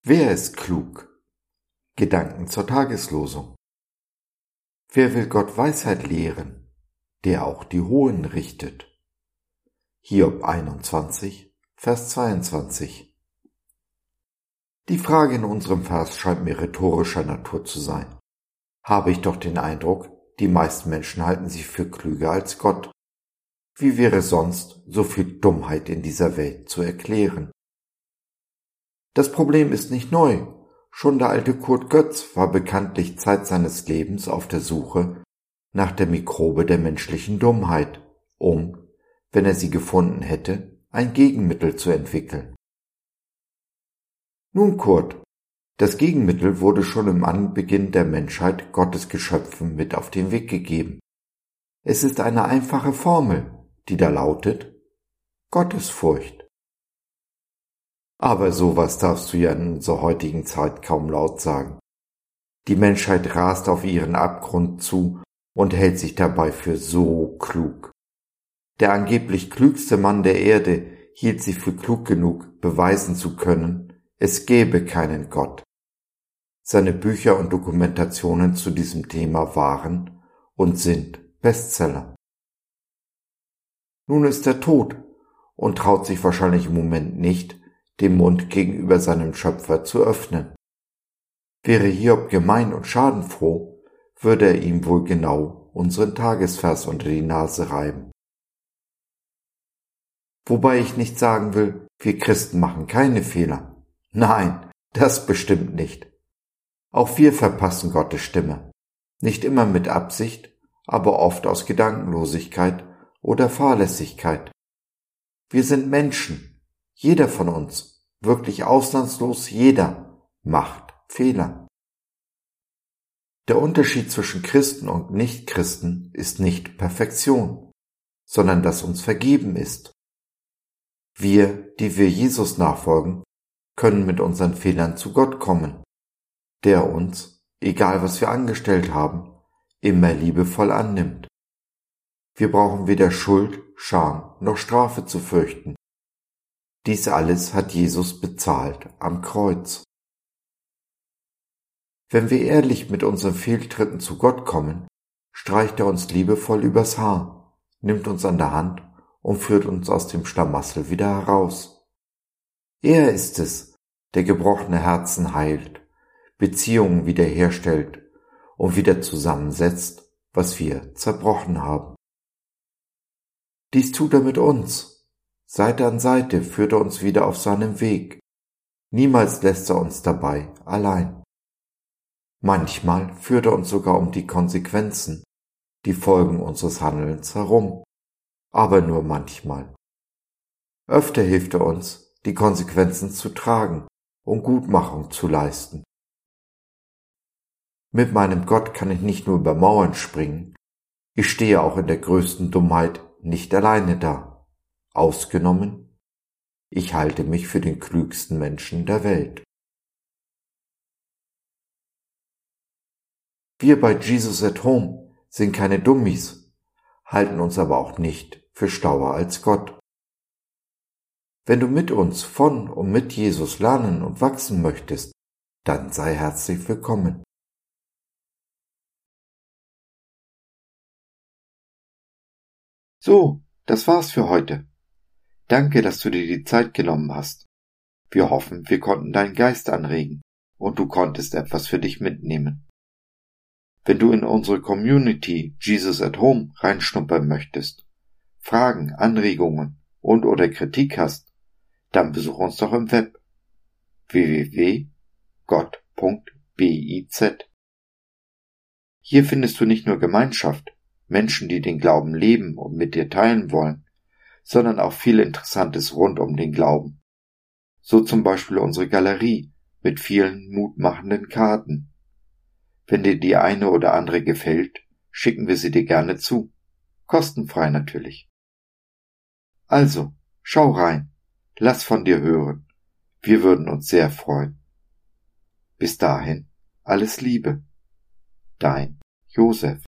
Wer ist klug? Gedanken zur Tageslosung. Wer will Gott Weisheit lehren, der auch die Hohen richtet? Hiob 21, Vers 22. Die Frage in unserem Vers scheint mir rhetorischer Natur zu sein. Habe ich doch den Eindruck, die meisten Menschen halten sich für klüger als Gott. Wie wäre sonst so viel Dummheit in dieser Welt zu erklären? Das Problem ist nicht neu. Schon der alte Kurt Götz war bekanntlich Zeit seines Lebens auf der Suche nach der Mikrobe der menschlichen Dummheit, um, wenn er sie gefunden hätte, ein Gegenmittel zu entwickeln. Nun, Kurt, das Gegenmittel wurde schon im Anbeginn der Menschheit Gottes Geschöpfen mit auf den Weg gegeben. Es ist eine einfache Formel, die da lautet: Gottesfurcht. Aber sowas darfst du ja in unserer heutigen Zeit kaum laut sagen. Die Menschheit rast auf ihren Abgrund zu und hält sich dabei für so klug. Der angeblich klügste Mann der Erde hielt sich für klug genug, beweisen zu können, es gäbe keinen Gott. Seine Bücher und Dokumentationen zu diesem Thema waren und sind Bestseller. Nun ist er tot und traut sich wahrscheinlich im Moment nicht, den Mund gegenüber seinem Schöpfer zu öffnen. Wäre Hiob gemein und schadenfroh, würde er ihm wohl genau unseren Tagesvers unter die Nase reiben. Wobei ich nicht sagen will, wir Christen machen keine Fehler. Nein, das bestimmt nicht. Auch wir verpassen Gottes Stimme. Nicht immer mit Absicht, aber oft aus Gedankenlosigkeit oder Fahrlässigkeit. Wir sind Menschen. Jeder von uns, wirklich ausnahmslos jeder, macht Fehler. Der Unterschied zwischen Christen und Nichtchristen ist nicht Perfektion, sondern dass uns vergeben ist. Wir, die wir Jesus nachfolgen, können mit unseren Fehlern zu Gott kommen, der uns, egal was wir angestellt haben, immer liebevoll annimmt. Wir brauchen weder Schuld, Scham noch Strafe zu fürchten. Dies alles hat Jesus bezahlt am Kreuz. Wenn wir ehrlich mit unseren Fehltritten zu Gott kommen, streicht er uns liebevoll übers Haar, nimmt uns an der Hand und führt uns aus dem Schlamassel wieder heraus. Er ist es, der gebrochene Herzen heilt, Beziehungen wiederherstellt und wieder zusammensetzt, was wir zerbrochen haben. Dies tut er mit uns. Seite an Seite führt er uns wieder auf seinem Weg. Niemals lässt er uns dabei allein. Manchmal führt er uns sogar um die Konsequenzen, die Folgen unseres Handelns herum. Aber nur manchmal. Öfter hilft er uns, die Konsequenzen zu tragen und Gutmachung zu leisten. Mit meinem Gott kann ich nicht nur über Mauern springen, ich stehe auch in der größten Dummheit nicht alleine da. Ausgenommen, ich halte mich für den klügsten Menschen der Welt. Wir bei Jesus at Home sind keine Dummies, halten uns aber auch nicht für schlauer als Gott. Wenn du mit uns von und mit Jesus lernen und wachsen möchtest, dann sei herzlich willkommen. So, das war's für heute. Danke, dass du dir die Zeit genommen hast. Wir hoffen, wir konnten deinen Geist anregen und du konntest etwas für dich mitnehmen. Wenn du in unsere Community Jesus at Home reinschnuppern möchtest, Fragen, Anregungen und/oder Kritik hast, dann besuch uns doch im Web www.gott.biz. Hier findest du nicht nur Gemeinschaft, Menschen, die den Glauben leben und mit dir teilen wollen, sondern auch viel Interessantes rund um den Glauben. So zum Beispiel unsere Galerie mit vielen mutmachenden Karten. Wenn dir die eine oder andere gefällt, schicken wir sie dir gerne zu. Kostenfrei natürlich. Also, schau rein, lass von dir hören. Wir würden uns sehr freuen. Bis dahin, alles Liebe. Dein Josef.